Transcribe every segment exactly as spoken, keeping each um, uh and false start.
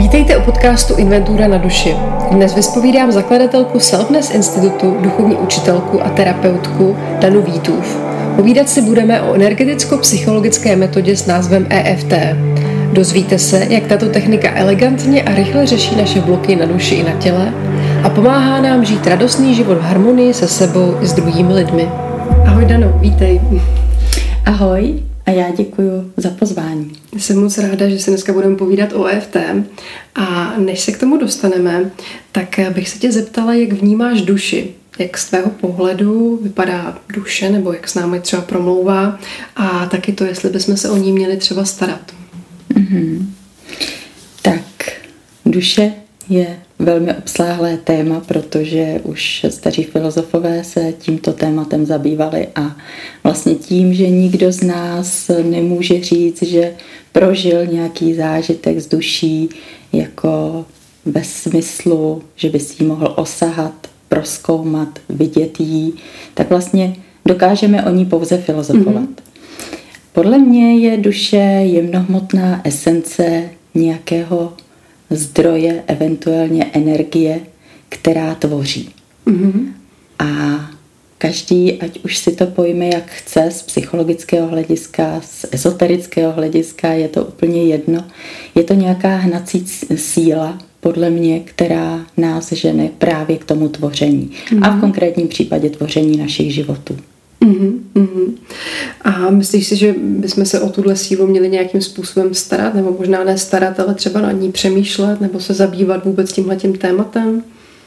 Vítejte u podcastu Inventura na duši. Dnes vyspovídám zakladatelku Selfness Institutu, duchovní učitelku a terapeutku Danu Vítův. Povídat si budeme o energeticko-psychologické metodě s názvem E F T. Dozvíte se, jak tato technika elegantně a rychle řeší naše bloky na duši i na těle a pomáhá nám žít radostný život v harmonii se sebou i s druhými lidmi. Ahoj Dano, vítej. Ahoj a já děkuji za pozvání. Jsem moc ráda, že se dneska budeme povídat o E F T a než se k tomu dostaneme, tak bych se tě zeptala, jak vnímáš duši. Jak z tvého pohledu vypadá duše, nebo jak s námi třeba promlouvá a taky to, jestli bychom se o ní měli třeba starat. Mm-hmm. Tak, duše je velmi obsáhlé téma, protože už staří filozofové se tímto tématem zabývali a vlastně tím, že nikdo z nás nemůže říct, že prožil nějaký zážitek s duší jako ve smyslu, že by si ji mohl osahat, prozkoumat, vidět jí, tak vlastně dokážeme o ní pouze filozofovat. Mm-hmm. Podle mě je duše jemnohmotná esence nějakého zdroje, eventuálně energie, která tvoří. Mm-hmm. A každý, ať už si to pojme jak chce, z psychologického hlediska, z ezoterického hlediska, je to úplně jedno. Je to nějaká hnací síla, podle mě, která nás žene právě k tomu tvoření. Mm-hmm. A v konkrétním případě tvoření našich životů. Mm-hmm, mm-hmm. A myslíš si, že bychom se o tuhle sílu měli nějakým způsobem starat, nebo možná ne starat, ale třeba na ní přemýšlet, nebo se zabývat vůbec tímhletím tématem?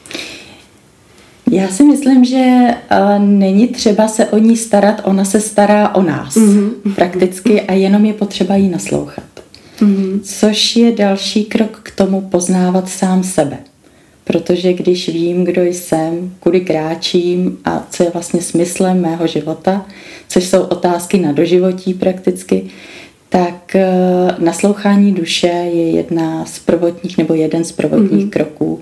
Já si myslím, že uh, není třeba se o ní starat, ona se stará o nás mm-hmm. prakticky a jenom je potřeba jí naslouchat. Mm-hmm. Což je další krok k tomu poznávat sám sebe. Protože když vím, kdo jsem, kudy kráčím a co je vlastně smyslem mého života, což jsou otázky na doživotí prakticky, tak naslouchání duše je jedna z prvotních nebo jeden z prvotních mm-hmm. kroků,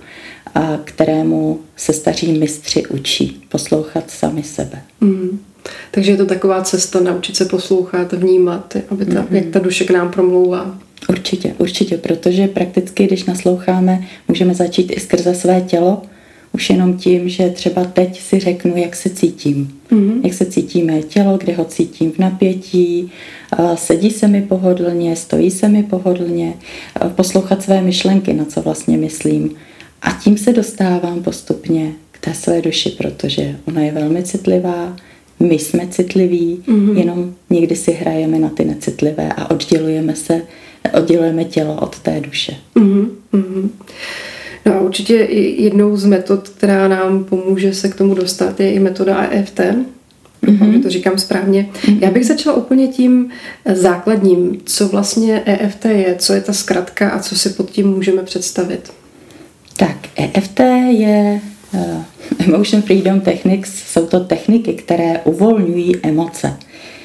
kterému se staří mistři učí poslouchat sami sebe. Mm. Takže je to taková cesta naučit se poslouchat, vnímat, aby ta, mm-hmm. jak ta duše k nám promlouvá. Určitě, určitě, protože prakticky, když nasloucháme, můžeme začít i skrze své tělo, už jenom tím, že třeba teď si řeknu, jak se cítím. Mm-hmm. Jak se cítí mé tělo, kde ho cítím v napětí, sedí se mi pohodlně, stojí se mi pohodlně, poslouchat své myšlenky, na co vlastně myslím. A tím se dostávám postupně k té své duši, protože ona je velmi citlivá, my jsme citliví, mm-hmm. jenom někdy si hrajeme na ty necitlivé a oddělujeme se, oddělujeme tělo od té duše. Mm-hmm. No a určitě jednou z metod, která nám pomůže se k tomu dostat, je i metoda E F T. Mm-hmm. To říkám správně. Mm-hmm. Já bych začala úplně tím základním, co vlastně E F T je, co je ta zkratka a co si pod tím můžeme představit. Tak, E F T je uh, Emotion Freedom Techniques, jsou to techniky, které uvolňují emoce.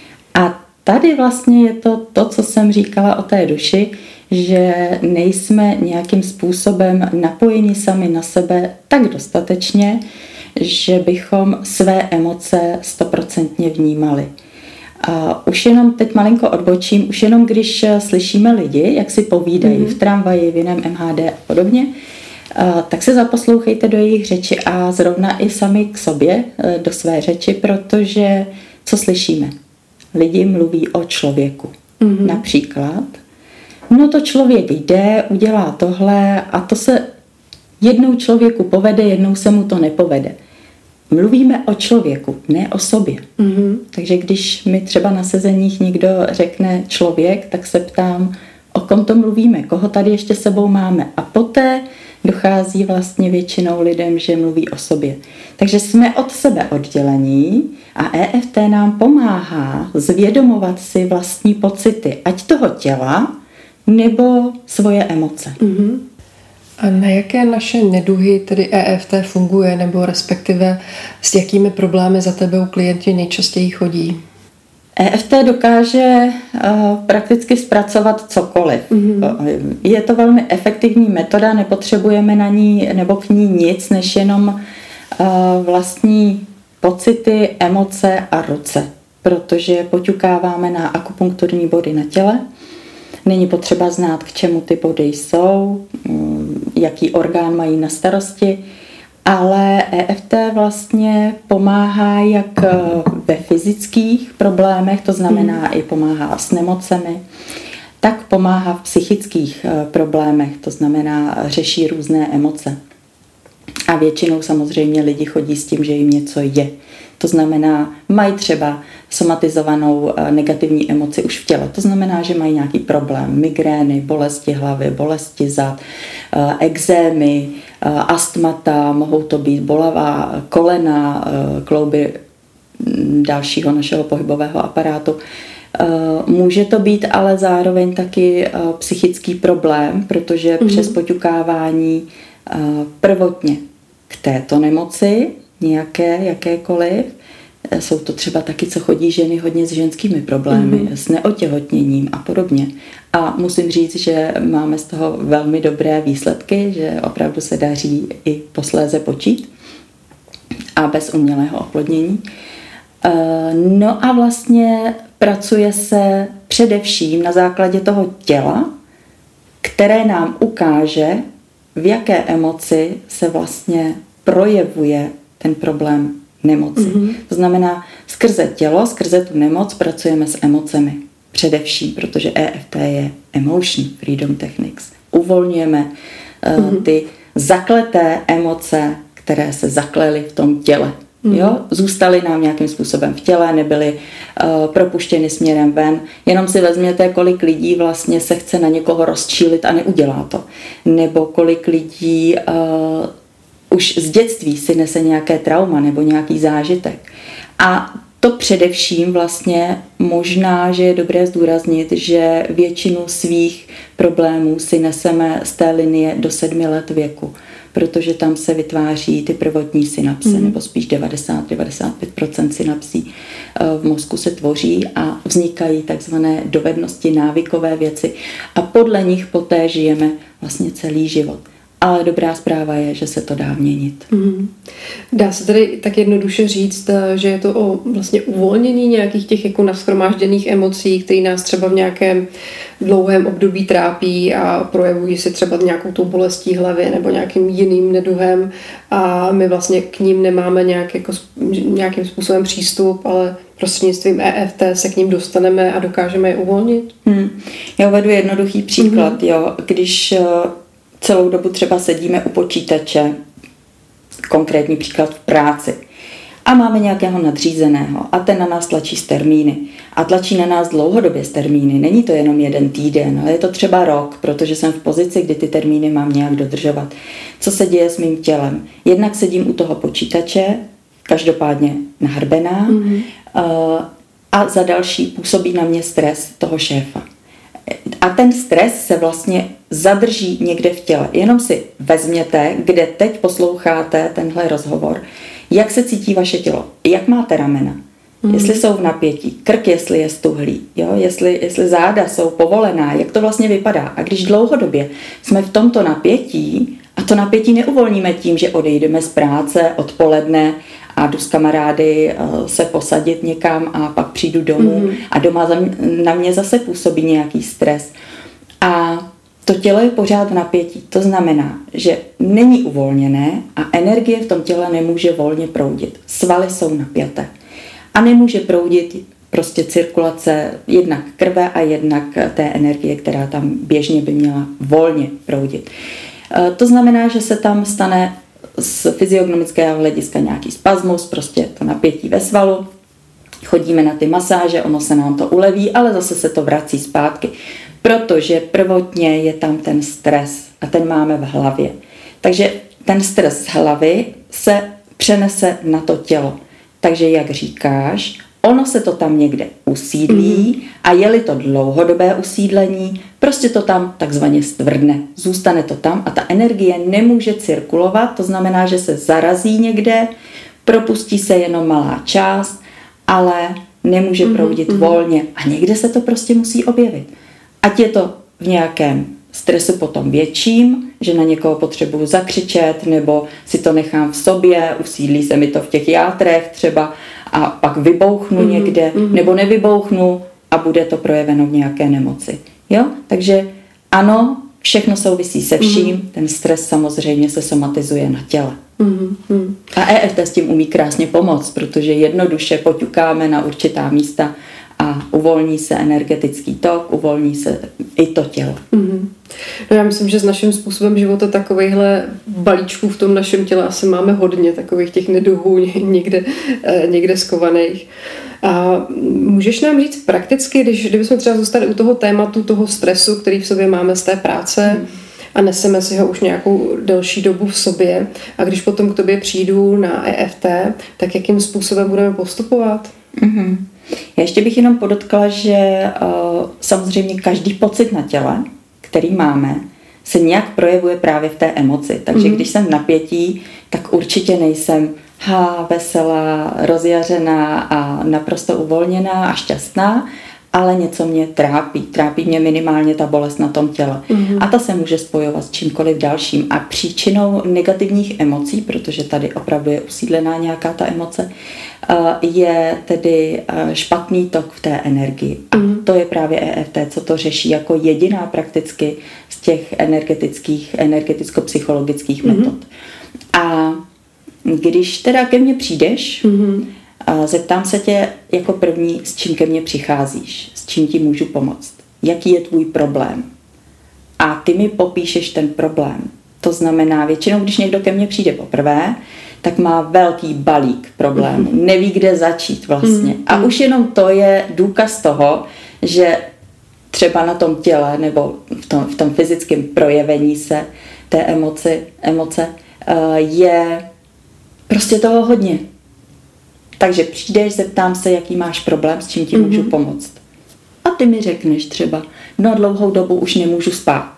A tady vlastně je to to, co jsem říkala o té duši, že nejsme nějakým způsobem napojeni sami na sebe tak dostatečně, že bychom své emoce stoprocentně vnímali. A už jenom teď malinko odbočím, už jenom když slyšíme lidi, jak si povídají mm-hmm. v tramvaji, v jiném M H D a podobně, tak se zaposlouchejte do jejich řeči a zrovna i sami k sobě do své řeči, protože co slyšíme? Lidi mluví o člověku. Mm-hmm. Například, no to člověk jde, udělá tohle a to se jednou člověku povede, jednou se mu to nepovede. Mluvíme o člověku, ne o sobě. Mm-hmm. Takže když mi třeba na sezeních někdo řekne člověk, tak se ptám, o kom to mluvíme, koho tady ještě sebou máme. A poté dochází vlastně většinou lidem, že mluví o sobě. Takže jsme od sebe oddělení a E F T nám pomáhá zvědomovat si vlastní pocity, ať toho těla, nebo svoje emoce. Mm-hmm. A na jaké naše neduhy tedy E F T funguje, nebo respektive s jakými problémy za tebou klienti nejčastěji chodí? E F T dokáže uh, prakticky zpracovat cokoliv. Mm-hmm. Je to velmi efektivní metoda, nepotřebujeme na ní nebo k ní nic, než jenom uh, vlastní pocity, emoce a ruce, protože poťukáváme na akupunkturní body na těle. Není potřeba znát, k čemu ty body jsou. jaký orgán mají na starosti, ale E F T vlastně pomáhá jak ve fyzických problémech, to znamená mm. i pomáhá s nemocemi, tak pomáhá v psychických problémech, to znamená řeší různé emoce. A většinou samozřejmě lidi chodí s tím, že jim něco je. To znamená, mají třeba somatizovanou negativní emoci už v těle. To znamená, že mají nějaký problém, migrény, bolesti hlavy, bolesti zad, ekzémy, astmata, mohou to být bolavá kolena, klouby dalšího našeho pohybového aparátu. Může to být ale zároveň taky psychický problém, protože mm-hmm. přes poťukávání prvotně k této nemoci, nějaké, jakékoliv, jsou to třeba taky, co chodí ženy hodně s ženskými problémy, mm-hmm. s neotěhotněním a podobně. A musím říct, že máme z toho velmi dobré výsledky, že opravdu se daří i posléze počít a bez umělého oplodnění. No a vlastně pracuje se především na základě toho těla, které nám ukáže, v jaké emoci se vlastně projevuje ten problém nemoci. Mm-hmm. To znamená, skrze tělo, skrze tu nemoc pracujeme s emocemi. Především, protože E F T je Emotion Freedom Techniques. Uvolňujeme uh, mm-hmm. ty zakleté emoce, které se zaklely v tom těle. Mm. Jo? Zůstaly nám nějakým způsobem v těle, nebyly uh, propuštěny směrem ven. Jenom si vezměte, kolik lidí vlastně se chce na někoho rozčílit a neudělá to. Nebo kolik lidí uh, už z dětství si nese nějaké trauma nebo nějaký zážitek. A to především vlastně možná, že je dobré zdůraznit, že většinu svých problémů si neseme z té linie do sedmi let věku, protože tam se vytváří ty prvotní synapse, mm. nebo spíš devadesát až devadesát pět procent synapsí v mozku se tvoří a vznikají takzvané dovednosti, návykové věci a podle nich poté žijeme vlastně celý život. Ale dobrá zpráva je, že se to dá měnit. Mm. Dá se tedy tak jednoduše říct, že je to o vlastně uvolnění nějakých těch jako nashromážděných emocí, které nás třeba v nějakém dlouhém období trápí a projevují se třeba nějakou tou bolestí hlavy nebo nějakým jiným neduhem a my vlastně k ním nemáme nějak jako, nějakým způsobem přístup, ale prostřednictvím E F T se k ním dostaneme a dokážeme je uvolnit. Hmm. Já uvedu jednoduchý příklad. Mm. Jo. Když celou dobu třeba sedíme u počítače, konkrétní příklad v práci, a máme nějakého nadřízeného a ten na nás tlačí z termíny a tlačí na nás dlouhodobě z termíny. Není to jenom jeden týden, ale je to třeba rok, protože jsem v pozici, kdy ty termíny mám nějak dodržovat. Co se děje s mým tělem? Jednak sedím u toho počítače, každopádně nahrbená, mm-hmm. a za další působí na mě stres toho šéfa. A ten stres se vlastně zadrží někde v těle. Jenom si vezměte, kde teď posloucháte tenhle rozhovor, jak se cítí vaše tělo, jak máte ramena, mm. jestli jsou v napětí, krk, jestli je stuhlý, jo? Jestli, jestli záda jsou povolená, jak to vlastně vypadá. A když dlouhodobě jsme v tomto napětí, a to napětí neuvolníme tím, že odejdeme z práce odpoledne a jdu s kamarády se posadit někam a pak přijdu domů mm. a doma na mě zase působí nějaký stres. A to tělo je pořád v napětí. To znamená, že není uvolněné a energie v tom těle nemůže volně proudit. Svaly jsou napjaté. A nemůže proudit prostě cirkulace jednak krve a jednak té energie, která tam běžně by měla volně proudit. To znamená, že se tam stane z fyziognomického hlediska nějaký spasmus, prostě to napětí ve svalu. Chodíme na ty masáže, ono se nám to uleví, ale zase se to vrací zpátky. Protože prvotně je tam ten stres a ten máme v hlavě. Takže ten stres z hlavy se přenese na to tělo. Takže jak říkáš, ono se to tam někde usídlí mm. a je-li to dlouhodobé usídlení, prostě to tam takzvaně stvrdne. Zůstane to tam a ta energie nemůže cirkulovat, to znamená, že se zarazí někde, propustí se jenom malá část, ale nemůže proudit mm. volně a někde se to prostě musí objevit. Ať je to v nějakém stresu potom větším, že na někoho potřebuju zakřičet, nebo si to nechám v sobě, usídlí se mi to v těch játrech třeba a pak vybouchnu mm-hmm. někde, mm-hmm. nebo nevybouchnu a bude to projeveno v nějaké nemoci. Jo? Takže ano, Všechno souvisí se vším, mm. ten stres samozřejmě se somatizuje na těle. Mm. A E F T s tím umí krásně pomoct, protože jednoduše poťukáme na určitá místa a uvolní se energetický tok, uvolní se i to tělo. Mm. No já myslím, že s naším způsobem života takovýchhle balíčků v tom našem těle asi máme hodně, takových těch neduhů někde, někde skovaných. A můžeš nám říct prakticky, když, kdybychom třeba zůstali u toho tématu, toho stresu, který v sobě máme z té práce, mm. a neseme si ho už nějakou delší dobu v sobě, a když potom k tobě přijdu na E F T, tak jakým způsobem budeme postupovat? Mm-hmm. Já ještě bych jenom podotkla, že uh, samozřejmě každý pocit na těle, který máme, se nějak projevuje právě v té emoci. Takže mm. když jsem v napětí, tak určitě nejsem ha, veselá, rozjařená a naprosto uvolněná a šťastná, ale něco mě trápí. Trápí mě minimálně ta bolest na tom těle. Mm. A ta se může spojovat s čímkoliv dalším. A příčinou negativních emocí, protože tady opravdu je usídlená nějaká ta emoce, je tedy špatný tok v té energii. A mm. to je právě E F T, co to řeší jako jediná prakticky z těch energetických, energeticko-psychologických mm. metod. A když teda ke mně přijdeš, mm. a zeptám se tě jako první, s čím ke mně přicházíš, s čím ti můžu pomoct, jaký je tvůj problém. A ty mi popíšeš ten problém. To znamená, většinou, když někdo ke mně přijde poprvé, tak má velký balík problémů. Mm. Neví, kde začít vlastně. Mm. A už jenom to je důkaz toho, že třeba na tom těle nebo v tom, v tom fyzickém projevení se té emoci, emoce je prostě toho hodně. Takže přijdeš, zeptám se, jaký máš problém, s čím ti můžu mm-hmm. pomoct. A ty mi řekneš třeba, no dlouhou dobu už nemůžu spát.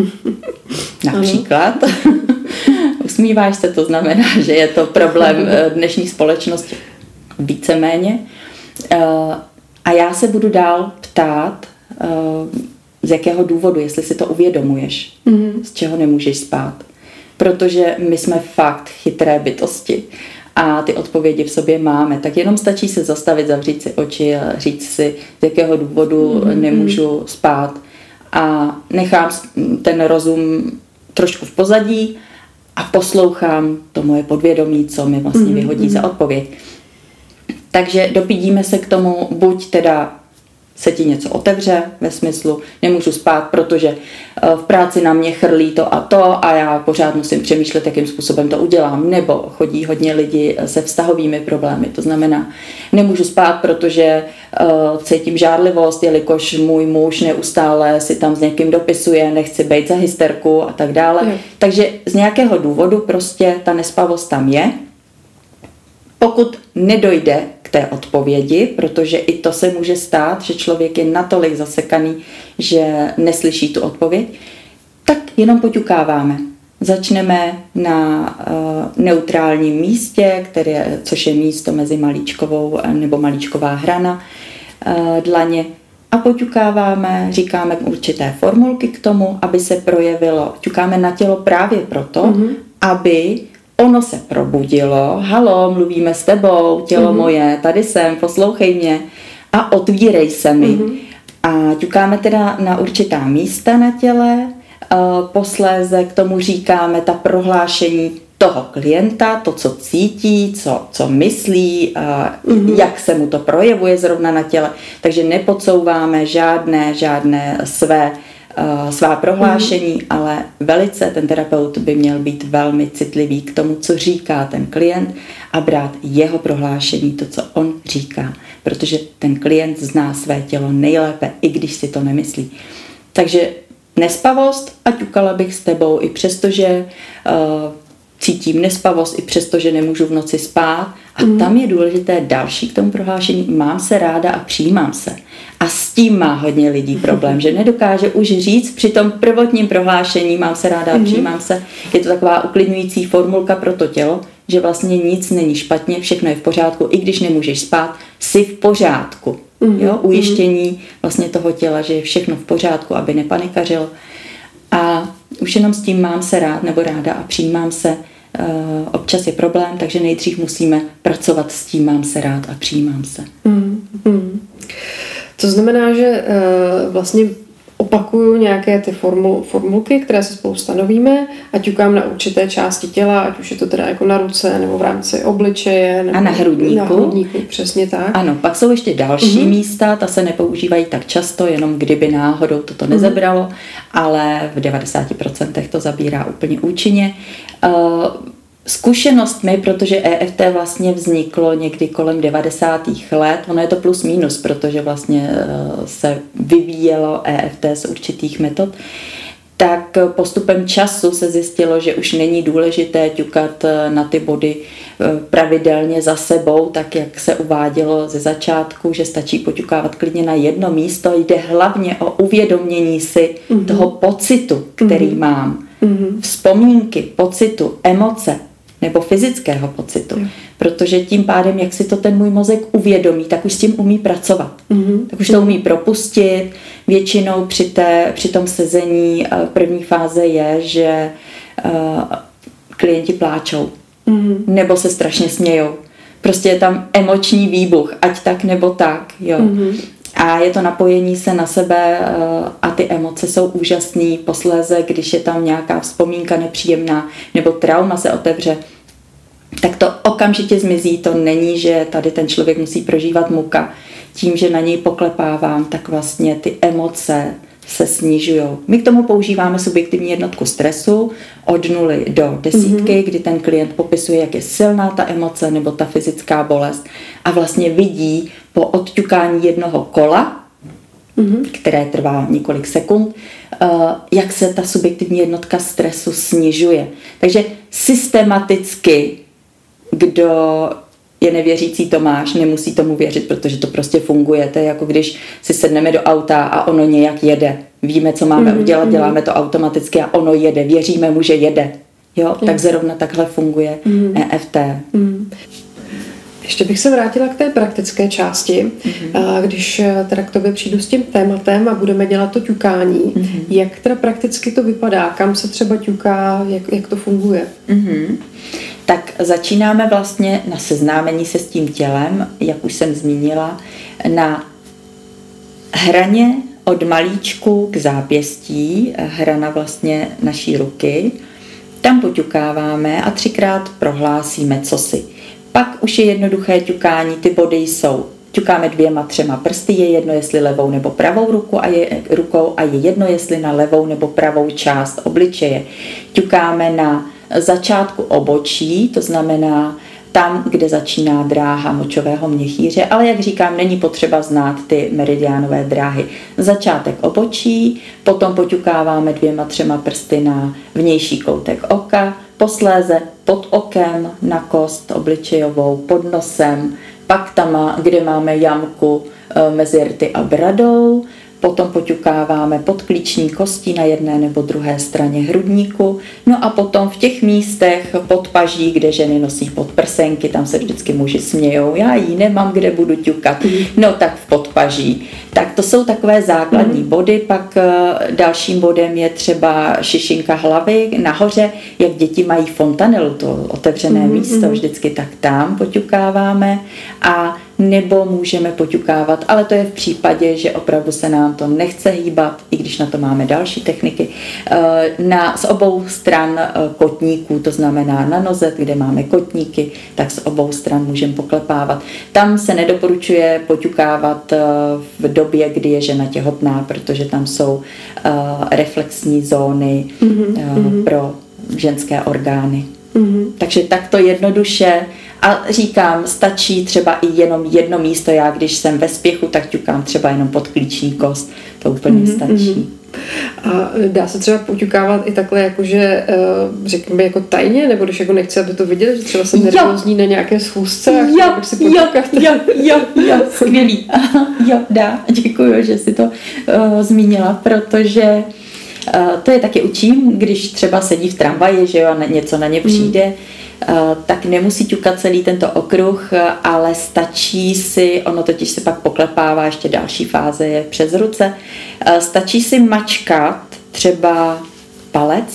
Například. Usmíváš se, to znamená, že je to problém dnešní společnosti víceméně. A já se budu dál ptát, z jakého důvodu, jestli si to uvědomuješ, mm-hmm. z čeho nemůžeš spát. Protože my jsme fakt chytré bytosti a ty odpovědi v sobě máme. Tak jenom stačí se zastavit, zavřít si oči a říct si, z jakého důvodu mm-hmm. nemůžu spát. A nechám ten rozum trošku v pozadí a poslouchám to moje podvědomí, co mi vlastně mm-hmm. vyhodí za odpověď. Takže dopídíme se k tomu, buď teda se ti něco otevře ve smyslu, nemůžu spát, protože v práci na mě chrlí to a to a já pořád musím přemýšlet, jakým způsobem to udělám. Nebo chodí hodně lidí se vztahovými problémy. To znamená, nemůžu spát, protože uh, cítím žárlivost, jelikož můj muž neustále si tam s někým dopisuje, nechci být za hysterku a tak dále. Mm. Takže z nějakého důvodu prostě ta nespavost tam je. Pokud nedojde k té odpovědi, protože i to se může stát, že člověk je natolik zasekaný, že neslyší tu odpověď, tak jenom poťukáváme. Začneme na uh, neutrálním místě, které, což je místo mezi malíčkovou nebo malíčková hrana uh, dlaně, a poťukáváme, říkáme určité formulky k tomu, aby se projevilo. Ťukáme na tělo právě proto, mm-hmm. aby ono se probudilo, halo, mluvíme s tebou, tělo mm-hmm. moje, tady jsem, poslouchej mě a otvírej se mi. Mm-hmm. A ťukáme teda na určitá místa na těle, posléze k tomu říkáme ta prohlášení toho klienta, to, co cítí, co, co myslí, mm-hmm. jak se mu to projevuje zrovna na těle. Takže nepodsouváme žádné, žádné své svá prohlášení, mm. ale velice ten terapeut by měl být velmi citlivý k tomu, co říká ten klient a brát jeho prohlášení, to, co on říká, protože ten klient zná své tělo nejlépe, i když si to nemyslí. Takže nespavost a ťukala bych s tebou, i přestože uh, cítím nespavost, i přestože nemůžu v noci spát. A mm. tam je důležité další k tomu prohlášení, mám se ráda a přijímám se. A s tím má hodně lidí problém, že nedokáže už říct při tom prvotním prohlášení mám se ráda a mm. přijímám se. Je to taková uklidňující formulka pro to tělo, že vlastně nic není špatně, všechno je v pořádku, i když nemůžeš spát, jsi v pořádku. Mm. Jo? Ujištění vlastně toho těla, že je všechno v pořádku, aby nepanikařilo. A už jenom s tím mám se rád nebo ráda a přijímám se. Uh, občas je problém, takže nejdřív musíme pracovat s tím mám se rád a přijímám se. Mm, mm. To znamená, že uh, vlastně opakuju nějaké ty formul, formulky, které si spolu stanovíme a ťukám na určité části těla, ať už je to teda jako na ruce nebo v rámci obličeje. Nebo a na hrudníku. Na hrudníku, přesně tak. Ano, pak jsou ještě další uh-huh. místa, ta se nepoužívají tak často, jenom kdyby náhodou toto nezabralo, uh-huh. ale v devadesáti procentech to zabírá úplně účinně. Uh, Zkušenostmi, protože E F T vlastně vzniklo někdy kolem devadesátých let, ono je to plus minus, protože vlastně se vyvíjelo E F T z určitých metod, tak postupem času se zjistilo, že už není důležité ťukat na ty body pravidelně za sebou, tak jak se uvádělo ze začátku, že stačí poťukávat klidně na jedno místo. Jde hlavně o uvědomění si mm-hmm. toho pocitu, který mm-hmm. mám. Mm-hmm. Vzpomínky, pocitu, emoce nebo fyzického pocitu. Mm. Protože tím pádem, jak si to ten můj mozek uvědomí, tak už s tím umí pracovat. Mm. Tak už to umí propustit. Většinou při, té, při tom sezení první fáze je, že uh, klienti pláčou. Mm. Nebo se strašně smějou. Prostě je tam emoční výbuch, ať tak nebo tak. Jo. Mm. A je to napojení se na sebe a ty emoce jsou úžasný. Posléze, když je tam nějaká vzpomínka nepříjemná nebo trauma se otevře, tak to okamžitě zmizí. To není, že tady ten člověk musí prožívat muka. Tím, že na něj poklepávám, tak vlastně ty emoce se snižují. My k tomu používáme subjektivní jednotku stresu od nuly do desítky, mm-hmm. kdy ten klient popisuje, jak je silná ta emoce nebo ta fyzická bolest a vlastně vidí po odťukání jednoho kola, mm-hmm. které trvá několik sekund, jak se ta subjektivní jednotka stresu snižuje. Takže systematicky, kdo je nevěřící Tomáš, nemusí tomu věřit, protože to prostě funguje. To je jako když si sedneme do auta a ono nějak jede. Víme, co máme mm, udělat, mm. děláme to automaticky a ono jede. Věříme mu, že jede. Jo? Mm. Tak zrovna takhle funguje mm. E F T. Mm. Ještě bych se vrátila k té praktické části. Mm-hmm. Když teda k tobě přijdu s tím tématem a budeme dělat to ťukání, mm-hmm. jak teda prakticky to vypadá? Kam se třeba ťuká? Jak, jak to funguje? Mm-hmm. Tak začínáme vlastně na seznámení se s tím tělem, jak už jsem zmínila, na hraně od malíčku k zápěstí, hrana vlastně naší ruky. Tam poťukáváme a třikrát prohlásíme cosi. Pak už je jednoduché ťukání, ty body jsou, ťukáme dvěma, třema prsty, je jedno, jestli levou nebo pravou ruku a je, rukou a je jedno, jestli na levou nebo pravou část obličeje. Ťukáme na začátku obočí, to znamená tam, kde začíná dráha močového měchýře, ale jak říkám, není potřeba znát ty meridiánové dráhy. Začátek obočí, potom poťukáváme dvěma, třema prsty na vnější koutek oka, posléze pod okem na kost obličejovou, pod nosem, pak tam, kde máme jamku mezi rty a bradou, potom poťukáváme pod klíční kostí na jedné nebo druhé straně hrudníku, no a potom v těch místech pod paží, kde ženy nosí podprsenky, tam se vždycky muži smějou, já ji nemám, kde budu ťukat, no tak v podpaží. Tak to jsou takové základní body, pak dalším bodem je třeba šišinka hlavy nahoře, jak děti mají fontanelu, to otevřené mm-hmm. místo, vždycky tak tam poťukáváme a nebo můžeme poťukávat, ale to je v případě, že opravdu se nám to nechce hýbat, i když na to máme další techniky, na, z obou stran kotníků, to znamená na noze, kde máme kotníky, tak z obou stran můžeme poklepávat. Tam se nedoporučuje poťukávat v době, kdy je žena těhotná, protože tam jsou reflexní zóny mm-hmm. pro ženské orgány. Mm-hmm. Takže takto jednoduše. A říkám, stačí třeba i jenom jedno místo. Já, když jsem ve spěchu, tak ťukám třeba jenom pod klíční kost. To úplně mm-hmm. stačí. A dá se třeba poťukávat i takhle, jakože řekněme jako tajně, nebo když jako nechci, aby to viděli, že třeba jsem nervózní na nějaké schůzce a chtěla bych si poťukat. Jo, jo, jo, skvělý. Jo, dá, děkuji, že si to uh, zmínila, protože uh, to je taky učím, když třeba sedí v tramvaji, že jo, a něco na ně přijde, mm. tak nemusí ťukat celý tento okruh, ale stačí si, ono totiž se pak poklepává, ještě další fáze je přes ruce, stačí si mačkat třeba palec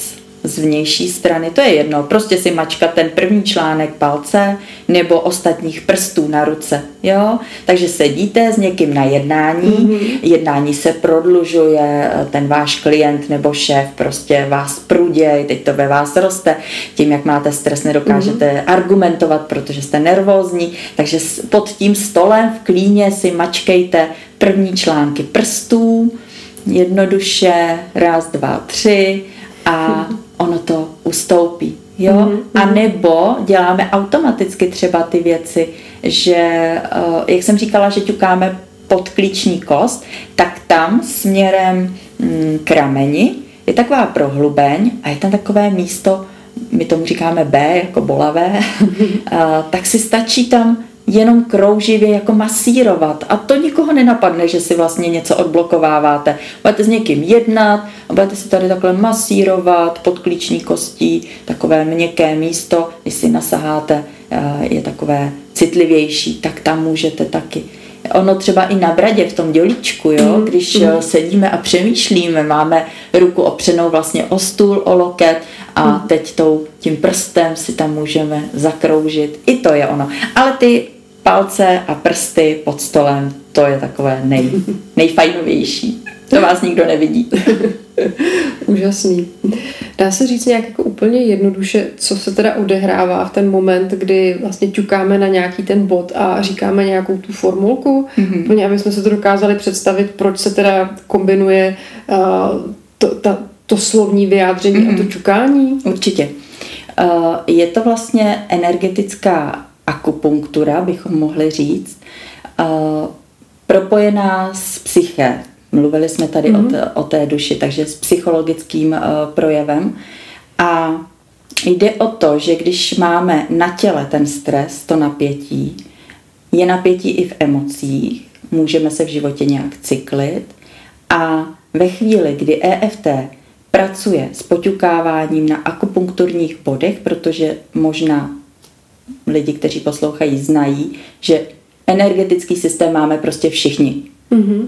z vnější strany, to je jedno, prostě si mačkat ten první článek palce nebo ostatních prstů na ruce, jo, takže sedíte s někým na jednání, mm-hmm. jednání se prodlužuje, ten váš klient nebo šéf prostě vás pruděj, teď to ve vás roste, tím, jak máte stres, nedokážete mm-hmm. argumentovat, protože jste nervózní, takže pod tím stolem v klíně si mačkejte první články prstů, jednoduše, raz, dva, tři a ono to ustoupí. Jo? Mm-hmm. A nebo děláme automaticky třeba ty věci, že, jak jsem říkala, že ťukáme pod klíční kost, tak tam směrem k rameni je taková prohlubeň a je tam takové místo, my tomu říkáme B, jako bolavé, tak si stačí tam jenom krouživě jako masírovat. A to nikoho nenapadne, že si vlastně něco odblokováváte. Budete s někým jednat a budete si tady takhle masírovat pod klíční kostí, takové měkké místo, když si nasaháte, je takové citlivější, tak tam můžete taky. Ono třeba i na bradě v tom dělíčku, jo, když mm. sedíme a přemýšlíme, máme ruku opřenou vlastně o stůl, o loket a mm. teď tou, tím prstem si tam můžeme zakroužit. I to je ono. Ale ty palce a prsty pod stolem, to je takové nej, nejfajnovější. To vás nikdo nevidí. Úžasný. Dá se říct nějak jako úplně jednoduše, co se teda odehrává v ten moment, kdy vlastně ťukáme na nějaký ten bod a říkáme nějakou tu formulku, mm-hmm. úplně, aby jsme se to dokázali představit, proč se teda kombinuje uh, to, ta, to slovní vyjádření mm-hmm. a to ťukání? Určitě. Uh, je to vlastně energetická akupunktura, bychom mohli říct, uh, propojená s psyché. Mluvili jsme tady mm-hmm. o, t- o té duši, takže s psychologickým uh, projevem. A jde o to, že když máme na těle ten stres, to napětí, je napětí i v emocích, můžeme se v životě nějak cyklit a ve chvíli, kdy E F T pracuje s poťukáváním na akupunkturních bodech, protože možná lidi, kteří poslouchají, znají, že energetický systém máme prostě všichni. Mm-hmm.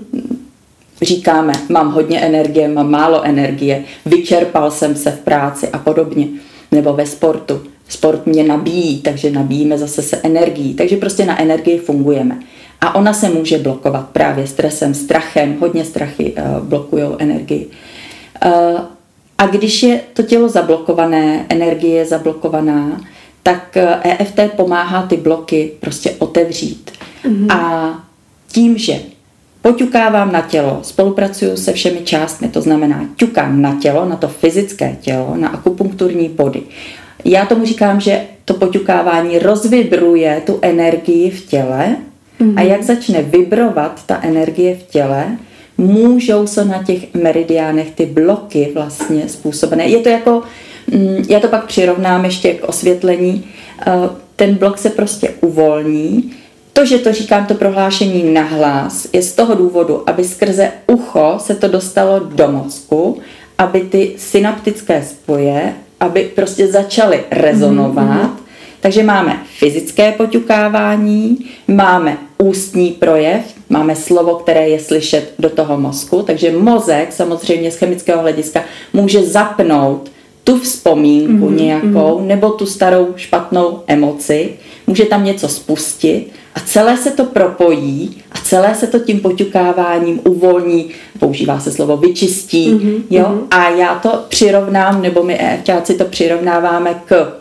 Říkáme, mám hodně energie, mám málo energie, vyčerpal jsem se v práci a podobně. Nebo ve sportu. Sport mě nabíjí, takže nabíjíme zase se energií. Takže prostě na energii fungujeme. A ona se může blokovat právě stresem, strachem. Hodně strachy uh, blokují energii. Uh, a když je to tělo zablokované, energie je zablokovaná, tak E F T pomáhá ty bloky prostě otevřít. Mm-hmm. A tím, že poťukávám na tělo, spolupracuju se všemi částmi, to znamená ťukám na tělo, na to fyzické tělo, na akupunkturní body. Já tomu říkám, že to poťukávání rozvibruje tu energii v těle mm-hmm. a jak začne vibrovat ta energie v těle, můžou se na těch meridiánech ty bloky vlastně způsobené. Je to jako, já to pak přirovnám ještě k osvětlení, ten blok se prostě uvolní. To, že to říkám, to prohlášení nahlas, je z toho důvodu, aby skrze ucho se to dostalo do mozku, aby ty synaptické spoje, aby prostě začaly rezonovat. Mm-hmm. Takže máme fyzické poťukávání, máme ústní projev, máme slovo, které je slyšet do toho mozku, takže mozek samozřejmě z chemického hlediska může zapnout tu vzpomínku mm-hmm. nějakou nebo tu starou špatnou emoci, může tam něco spustit a celé se to propojí a celé se to tím poťukáváním uvolní, používá se slovo vyčistí, mm-hmm. jo? A já to přirovnám, nebo my EFťáci to přirovnáváme k,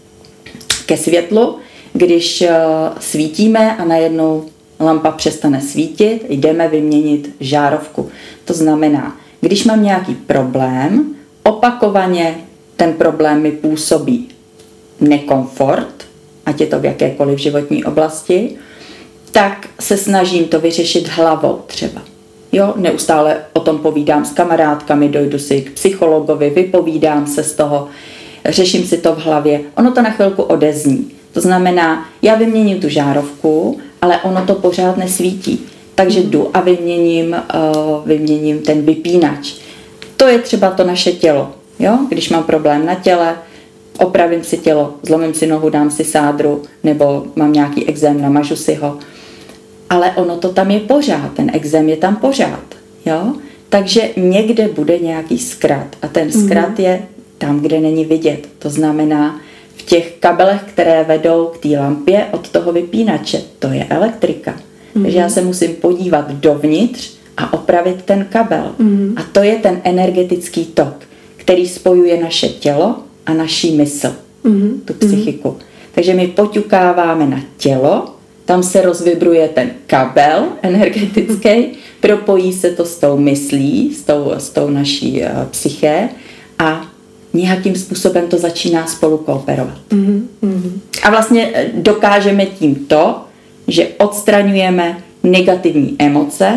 ke světlu, když uh, svítíme a najednou lampa přestane svítit, jdeme vyměnit žárovku. To znamená, když mám nějaký problém, opakovaně ten problém mi působí nekomfort, ať je to v jakékoliv životní oblasti, tak se snažím to vyřešit hlavou třeba. Jo, neustále o tom povídám s kamarádkami, dojdu si k psychologovi, vypovídám se z toho, řeším si to v hlavě, ono to na chvilku odezní. To znamená, já vyměním tu žárovku, ale ono to pořád nesvítí. Takže jdu a vyměním, uh, vyměním ten vypínač. To je třeba to naše tělo. Jo? Když mám problém na těle, opravím si tělo, zlomím si nohu, dám si sádru, nebo mám nějaký ekzém, namažu si ho. Ale ono to tam je pořád, ten ekzém je tam pořád. Jo? Takže někde bude nějaký zkrat. A ten zkrat mm. je tam, kde není vidět. To znamená v těch kabelech, které vedou k té lampě od toho vypínače. To je elektrika. Mm-hmm. Takže já se musím podívat dovnitř a opravit ten kabel. Mm-hmm. A to je ten energetický tok, který spojuje naše tělo a naší mysl, mm-hmm. tu psychiku. Mm-hmm. Takže my poťukáváme na tělo, tam se rozvibruje ten kabel energetický, propojí se to s tou myslí, s tou, s tou naší uh, psyché a nějakým způsobem to začíná spolu kooperovat. Mm-hmm. A vlastně dokážeme tím to, že odstraňujeme negativní emoce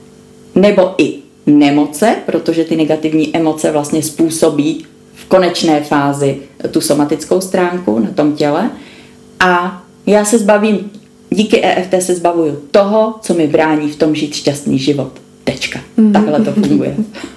nebo i nemoce, protože ty negativní emoce vlastně způsobí v konečné fázi tu somatickou stránku na tom těle. A já se zbavím, díky E F T se zbavuju toho, co mi brání v tom žít šťastný život. Tečka. Mm-hmm. Takhle to funguje.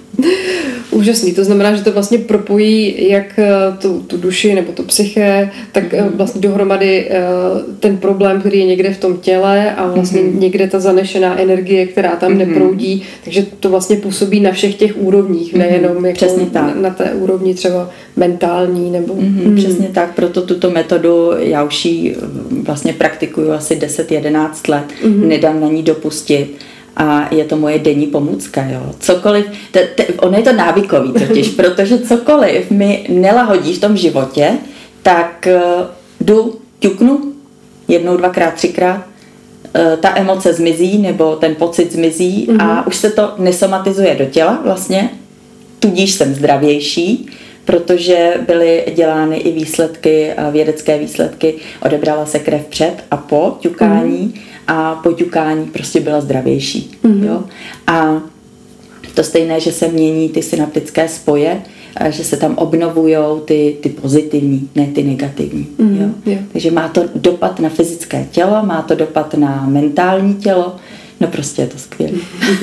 Úžasný, to znamená, že to vlastně propojí jak tu, tu duši nebo tu psyché, tak mm-hmm. vlastně dohromady ten problém, který je někde v tom těle a vlastně mm-hmm. někde ta zanešená energie, která tam mm-hmm. neproudí, takže to vlastně působí na všech těch úrovních, nejenom mm-hmm. jako na, na té úrovni třeba mentální nebo... Mm-hmm. Mm-hmm. Přesně tak, proto tuto metodu já už ji vlastně praktikuju asi deset jedenáct let, mm-hmm. nedám na ní dopustit. A je to moje denní pomůcka, jo. Cokoliv, te, te, ono je to návykový totiž, protože cokoliv mi nelahodí v tom životě, tak uh, jdu, ťuknu, jednou, dvakrát, třikrát, uh, ta emoce zmizí, nebo ten pocit zmizí mm-hmm. a už se to nesomatizuje do těla vlastně, tudíž jsem zdravější, protože byly dělány i výsledky, vědecké výsledky, odebrala se krev před a po ťukání, mm-hmm. a po ťukání prostě byla zdravější. Mm-hmm. Jo? A to stejné, že se mění ty synaptické spoje, že se tam obnovujou ty, ty pozitivní, ne ty negativní. Mm-hmm. Jo? Jo. Takže má to dopad na fyzické tělo, má to dopad na mentální tělo, no prostě je to skvělé.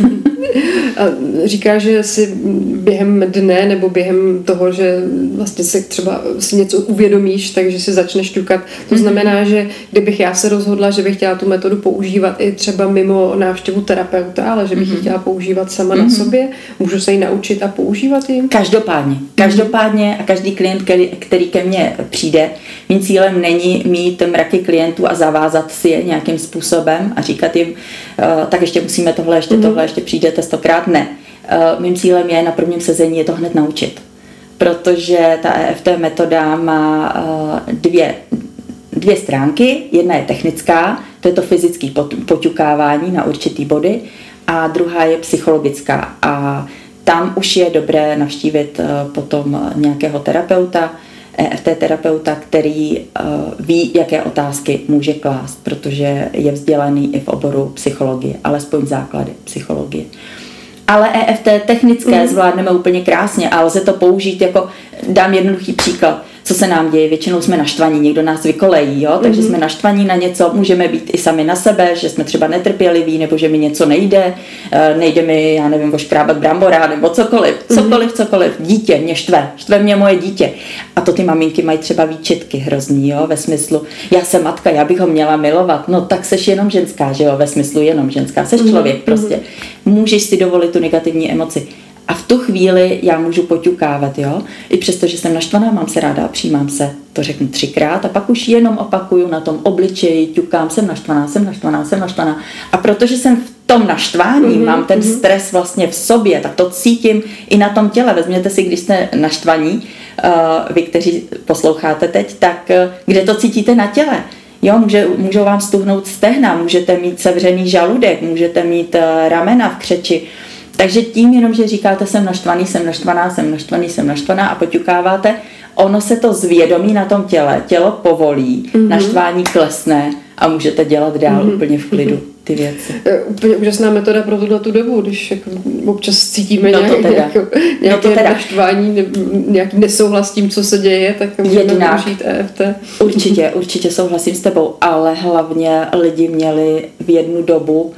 A říká, že si během dne nebo během toho, že vlastně se třeba si něco uvědomíš, takže si začneš ťukat. To znamená, že kdybych já se rozhodla, že bych chtěla tu metodu používat i třeba mimo návštěvu terapeuta, ale že bych ji chtěla používat sama mm-hmm. na sobě, můžu se ji naučit a používat ji? Každopádně. Každopádně a každý klient, který, který ke mně přijde, mým cílem není mít mraky klientů a zavázat si je nějakým způsobem a říkat jim, uh, tak ještě musíme tohle, ještě mm-hmm. tohle, ještě přijdete stokrát. Ne. Uh, mým cílem je na prvním sezení je to hned naučit. Protože ta E F T metoda má uh, dvě, dvě stránky. Jedna je technická, to je to fyzické poťukávání na určitý body, a druhá je psychologická. A tam už je dobré navštívit uh, potom nějakého terapeuta, E F T terapeuta, který uh, ví, jaké otázky může klást, protože je vzdělaný i v oboru psychologie, alespoň základy psychologie. Ale E F T technické mm. zvládneme úplně krásně a lze to použít jako, dám jednoduchý příklad, co se nám děje, většinou jsme naštvaní, někdo nás vykolejí, jo? Takže mm. jsme naštvaní na něco, můžeme být i sami na sebe, že jsme třeba netrpěliví, nebo že mi něco nejde, nejde mi, já nevím, oškrábat brambora, nebo cokoliv, cokoliv, cokoliv, dítě mě štve, štve mě moje dítě. A to ty maminky mají třeba výčitky hrozný, jo? Ve smyslu, já jsem matka, já bych ho měla milovat, no tak seš jenom ženská, že jo, ve smyslu jenom ženská, seš člověk mm. prostě, můžeš si dovolit tu negativní emoci. A v tu chvíli já můžu poťukávat, jo. I přesto, že jsem naštvaná, mám se ráda a přijímám se. To řeknu třikrát a pak už jenom opakuju na tom obličeji, ťukám, jsem naštvaná, jsem naštvaná, jsem naštvaná. A protože jsem v tom naštvání, mm-hmm, mám ten mm-hmm. stres vlastně v sobě, tak to cítím i na tom těle. Vezměte si, když jste naštvaní, uh, vy, kteří posloucháte teď, tak uh, kde to cítíte na těle? Jo, může, můžou vám stuhnout stehna, můžete mít sevřený žaludek, můžete mít uh, ramena v křeči. Takže tím jenom, že říkáte jsem naštvaný, jsem naštvaná, jsem naštvaný, jsem naštvaná a poťukáváte, ono se to zvědomí na tom těle, tělo povolí, mm-hmm. naštvání klesne a můžete dělat dál mm-hmm. úplně v klidu ty věci. Úplně úžasná metoda pro tuto dobu, když jako občas cítíme no nějak, nějakou, nějaké no to teda. naštvání, ne, nějaký nesouhlas s tím, co se děje, tak můžeme využít E F T. Určitě, určitě souhlasím s tebou, ale hlavně lidi měli v jednu dobu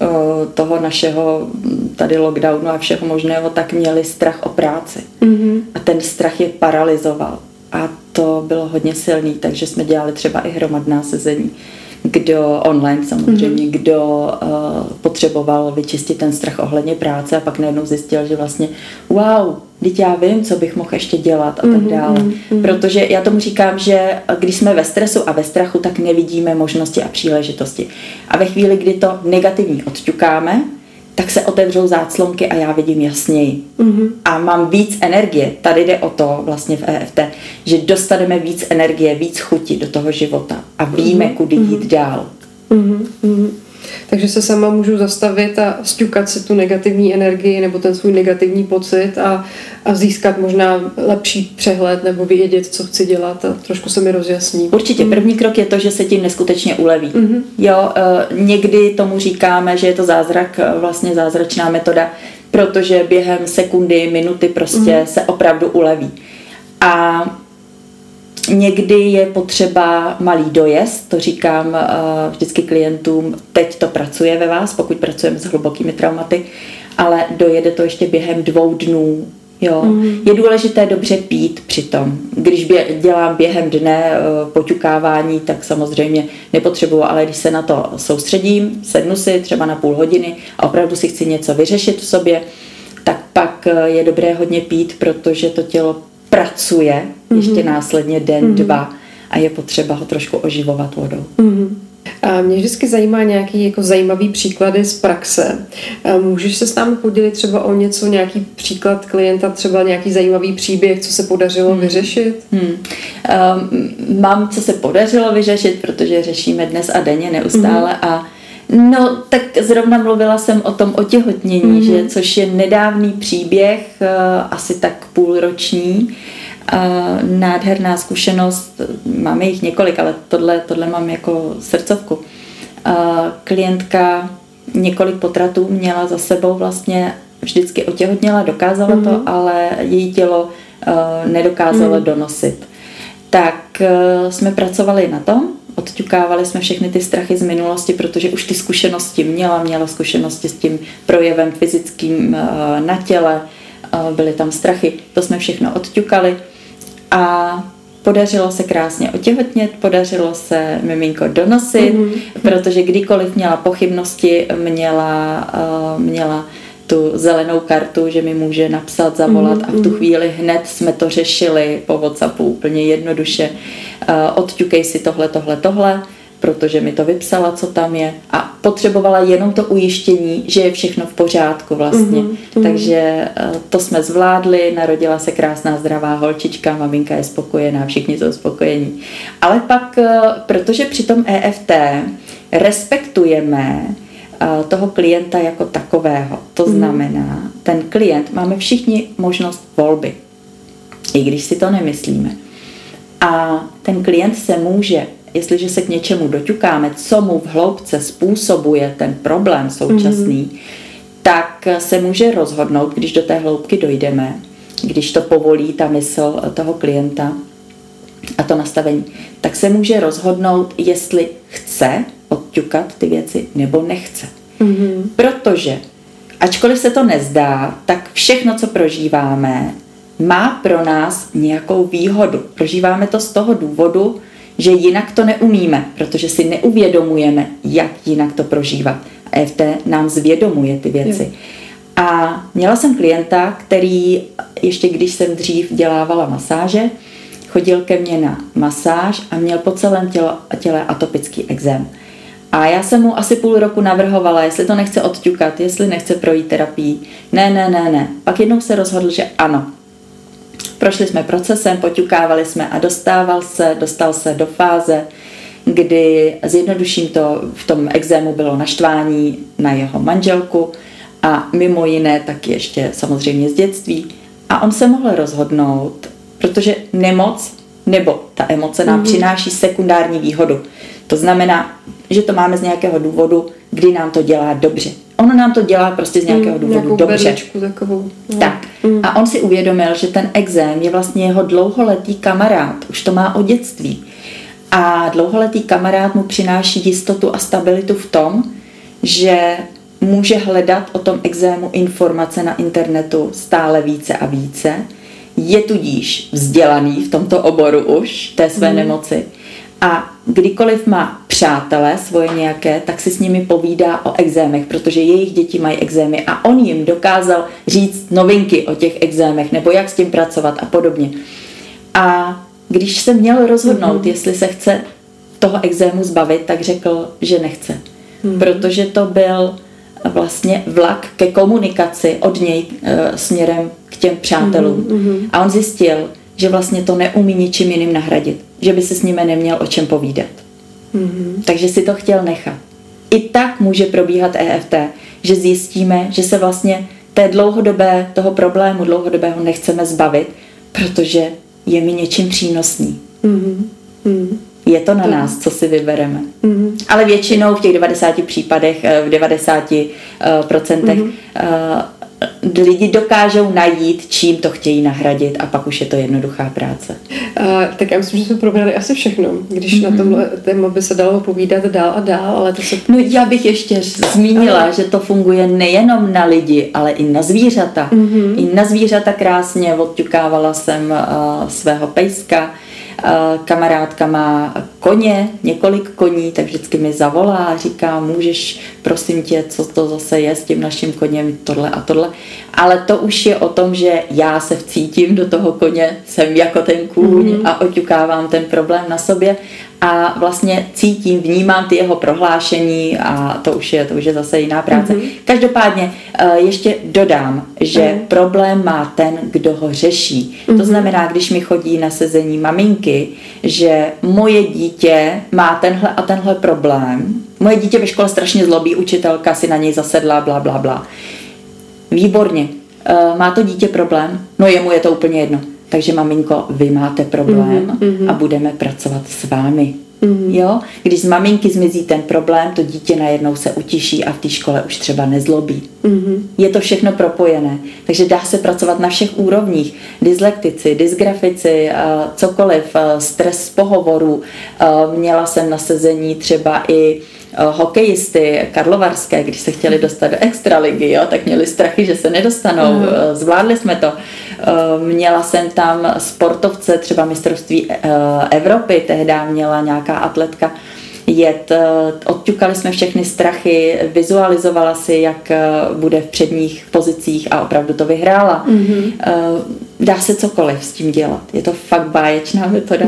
toho našeho tady lockdownu a všeho možného, tak měli strach o práci. Mm-hmm. A ten strach je paralyzoval. A to bylo hodně silný, takže jsme dělali třeba i hromadná sezení, kdo online samozřejmě, mm-hmm. kdo uh, potřeboval vyčistit ten strach ohledně práce a pak najednou zjistil, že vlastně wow, teď já vím, co bych mohl ještě dělat a tak mm-hmm. dále. Mm-hmm. Protože já tomu říkám, že když jsme ve stresu a ve strachu, tak nevidíme možnosti a příležitosti. A ve chvíli, kdy to negativní odťukáme, tak se otevřou záclonky a já vidím jasněji. Mm-hmm. A mám víc energie. Tady jde o to vlastně v E F T, že dostaneme víc energie, víc chuti do toho života a víme, mm-hmm. kudy jít dál. Mm-hmm. Takže se sama můžu zastavit a sťukat si tu negativní energii nebo ten svůj negativní pocit a, a získat možná lepší přehled nebo vědět, co chci dělat a trošku se mi rozjasní. Určitě. První krok je to, že se tím neskutečně uleví. Mm-hmm. Jo, někdy tomu říkáme, že je to zázrak, vlastně zázračná metoda, protože během sekundy, minuty prostě mm-hmm. se opravdu uleví. A někdy je potřeba malý dojezd, to říkám uh, vždycky klientům, teď to pracuje ve vás, pokud pracujeme s hlubokými traumaty, ale dojede to ještě během dvou dnů. Jo. Mm. Je důležité dobře pít přitom. Když bě, dělám během dne uh, poťukávání, tak samozřejmě nepotřebuju, ale když se na to soustředím, sednu si třeba na půl hodiny a opravdu si chci něco vyřešit v sobě, tak pak uh, je dobré hodně pít, protože to tělo pracuje ještě mm-hmm. následně den, mm-hmm. dva a je potřeba ho trošku oživovat vodou. Mm-hmm. A mě vždycky zajímá nějaký jako zajímavý příklady z praxe. Můžeš se s námi podělit třeba o něco, nějaký příklad klienta, třeba nějaký zajímavý příběh, co se podařilo hmm. vyřešit? Hmm. Um, mám, co se podařilo vyřešit, protože řešíme dnes a denně neustále hmm. a no, tak zrovna mluvila jsem o tom otěhotnění, mm-hmm. že, což je nedávný příběh, uh, asi tak půlroční, uh, nádherná zkušenost, máme jich několik, ale tohle, tohle mám jako srdcovku. Uh, klientka několik potratů měla za sebou, vlastně vždycky otěhotněla, dokázala mm-hmm. to, ale její tělo uh, nedokázalo mm-hmm. donosit. Tak uh, jsme pracovali na tom, odťukávali jsme všechny ty strachy z minulosti, protože už ty zkušenosti měla, měla zkušenosti s tím projevem fyzickým na těle, byly tam strachy, to jsme všechno odťukali a podařilo se krásně otěhotnět, podařilo se miminko donosit, mm-hmm. protože kdykoliv měla pochybnosti, měla, měla tu zelenou kartu, že mi může napsat, zavolat mm-hmm. a v tu chvíli hned jsme to řešili po WhatsAppu úplně jednoduše. Uh, odťukej si tohle, tohle, tohle, protože mi to vypsala, co tam je a potřebovala jenom to ujištění, že je všechno v pořádku vlastně. Mm-hmm. Takže uh, to jsme zvládli, narodila se krásná zdravá holčička, maminka je spokojená, všichni jsou spokojení. Ale pak, uh, protože při tom E F T respektujeme toho klienta jako takového. To znamená, ten klient, máme všichni možnost volby, i když si to nemyslíme. A ten klient se může, jestliže se k něčemu doťukáme, co mu v hloubce způsobuje ten problém současný, mm. tak se může rozhodnout, když do té hloubky dojdeme, když to povolí ta mysl toho klienta a to nastavení, tak se může rozhodnout, jestli chce odťukat ty věci nebo nechce. Mm-hmm. Protože, ačkoliv se to nezdá, tak všechno, co prožíváme, má pro nás nějakou výhodu. Prožíváme to z toho důvodu, že jinak to neumíme, protože si neuvědomujeme, jak jinak to prožívat. E F T nám zvědomuje ty věci. Jo. A měla jsem klienta, který, ještě když jsem dřív dělávala masáže, chodil ke mně na masáž a měl po celém tělo, těle atopický ekzém. A já jsem mu asi půl roku navrhovala, jestli to nechce odťukat, jestli nechce projít terapii. Ne, ne, ne, ne. Pak jednou se rozhodl, že ano. Prošli jsme procesem, poťukávali jsme a dostával se, dostal se do fáze, kdy zjednoduším to, v tom ekzému bylo naštvání na jeho manželku a mimo jiné tak ještě samozřejmě z dětství. A on se mohl rozhodnout, protože nemoc nebo ta emoce nám mm-hmm. přináší sekundární výhodu. To znamená, že to máme z nějakého důvodu, kdy nám to dělá dobře. Ono nám to dělá prostě z nějakého mm, důvodu dobře. Takovou. No. Tak. Mm. A on si uvědomil, že ten ekzém je vlastně jeho dlouholetý kamarád. Už to má od dětství. A dlouholetý kamarád mu přináší jistotu a stabilitu v tom, že může hledat o tom ekzému informace na internetu stále více a více. Je tudíž vzdělaný v tomto oboru už, té své mm. nemoci. A kdykoliv má přátelé svoje nějaké, tak si s nimi povídá o exémech, protože jejich děti mají exémy a on jim dokázal říct novinky o těch exémech nebo jak s tím pracovat a podobně. A když se měl rozhodnout, mm-hmm. jestli se chce toho exému zbavit, tak řekl, že nechce. Mm-hmm. Protože to byl vlastně vlak ke komunikaci od něj e, směrem k těm přátelům. Mm-hmm. A on zjistil, že vlastně to neumí ničím jiným nahradit. Že by se s nimi neměl o čem povídat. Mm-hmm. Takže si to chtěl nechat. I tak může probíhat E F T, že zjistíme, že se vlastně té dlouhodobé, toho problému dlouhodobého nechceme zbavit, protože je mi něčím přínosný. Mm-hmm. Je to na to... nás, co si vybereme. Mm-hmm. Ale většinou v těch devadesáti případech, v devadesáti procentech mm-hmm. lidi dokážou najít, čím to chtějí nahradit a pak už je to jednoduchá práce. Uh, tak já myslím, že jsme probrali asi všechno, když mm-hmm. na tomhle téma by se dalo povídat dál a dál, ale to se... No já bych ještě zmínila, ale... že to funguje nejenom na lidi, ale i na zvířata. Mm-hmm. I na zvířata krásně odťukávala jsem uh, svého pejska. Kamarádka má koně, několik koní, tak vždycky mi zavolá a říká, můžeš, prosím tě, co to zase je s tím naším koněm, tohle a tohle. Ale to už je o tom, že já se vcítím do toho koně, jsem jako ten kůň mm-hmm. a oťukávám ten problém na sobě a vlastně cítím, vnímám ty jeho prohlášení a to už je, to už je zase jiná práce. Mm-hmm. Každopádně ještě dodám, že mm. problém má ten, kdo ho řeší. Mm-hmm. To znamená, když mi chodí na sezení maminky, že moje dítě má tenhle a tenhle problém, moje dítě ve škole strašně zlobí, učitelka si na něj zasedla, bla, bla, bla. Výborně. Má to dítě problém? No jemu je to úplně jedno. Takže maminko, vy máte problém mm-hmm. a budeme pracovat s vámi. Mm-hmm. Jo? Když z maminky zmizí ten problém, to dítě najednou se utiší a v té škole už třeba nezlobí. Mm-hmm. Je to všechno propojené. Takže dá se pracovat na všech úrovních. Dyslektici, dysgrafici, cokoliv, stres z pohovoru. Měla jsem na sezení třeba i hokejisty karlovarské, když se chtěli dostat do extraligy, jo, tak měli strachy, že se nedostanou. Mm. Zvládli jsme to. Měla jsem tam sportovce, třeba mistrovství Evropy, tehdy měla nějaká atletka jet. Odťukali jsme všechny strachy, vizualizovala si, jak bude v předních pozicích a opravdu to vyhrála. Mm-hmm. Dá se cokoliv s tím dělat. Je to fakt báječná metoda.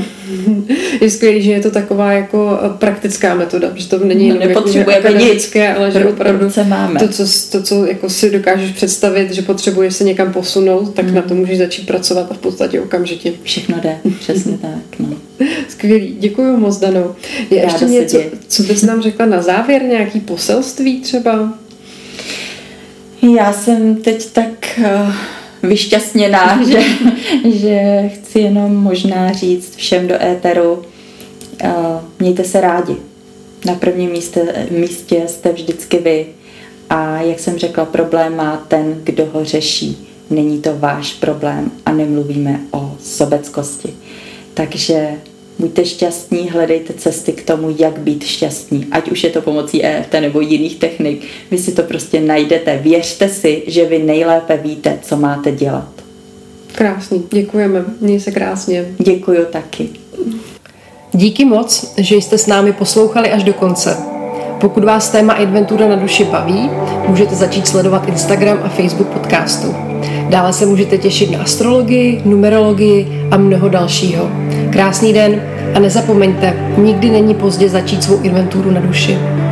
Je skvělý, že je to taková jako praktická metoda, že to není no, nepotřebujeme jako nic, ale že opravdu máme. to, co, to, co jako si dokážeš představit, že potřebuješ se někam posunout, tak mm. na to můžeš začít pracovat a v podstatě okamžitě. Všechno jde, přesně tak. No. Skvělý, děkuji moc, Dano. Je Ráda ještě něco, co bys nám řekla na závěr, nějaký poselství třeba? Já jsem teď tak uh, vyšťastněná, že, že chci jenom možná říct všem do éteru, uh, mějte se rádi. Na prvním místě, místě jste vždycky vy. A jak jsem řekla, problém má ten, kdo ho řeší. Není to váš problém a nemluvíme o sobeckosti. Takže buďte šťastní, hledejte cesty k tomu, jak být šťastní. Ať už je to pomocí E F T nebo jiných technik. Vy si to prostě najdete. Věřte si, že vy nejlépe víte, co máte dělat. Krásný, děkujeme. Měj se krásně. Děkuju taky. Díky moc, že jste s námi poslouchali až do konce. Pokud vás téma Adventura na duši baví, můžete začít sledovat Instagram a Facebook podcastu. Dále se můžete těšit na astrologii, numerologii a mnoho dalšího. Krásný den a nezapomeňte, nikdy není pozdě začít svou inventuru na duši.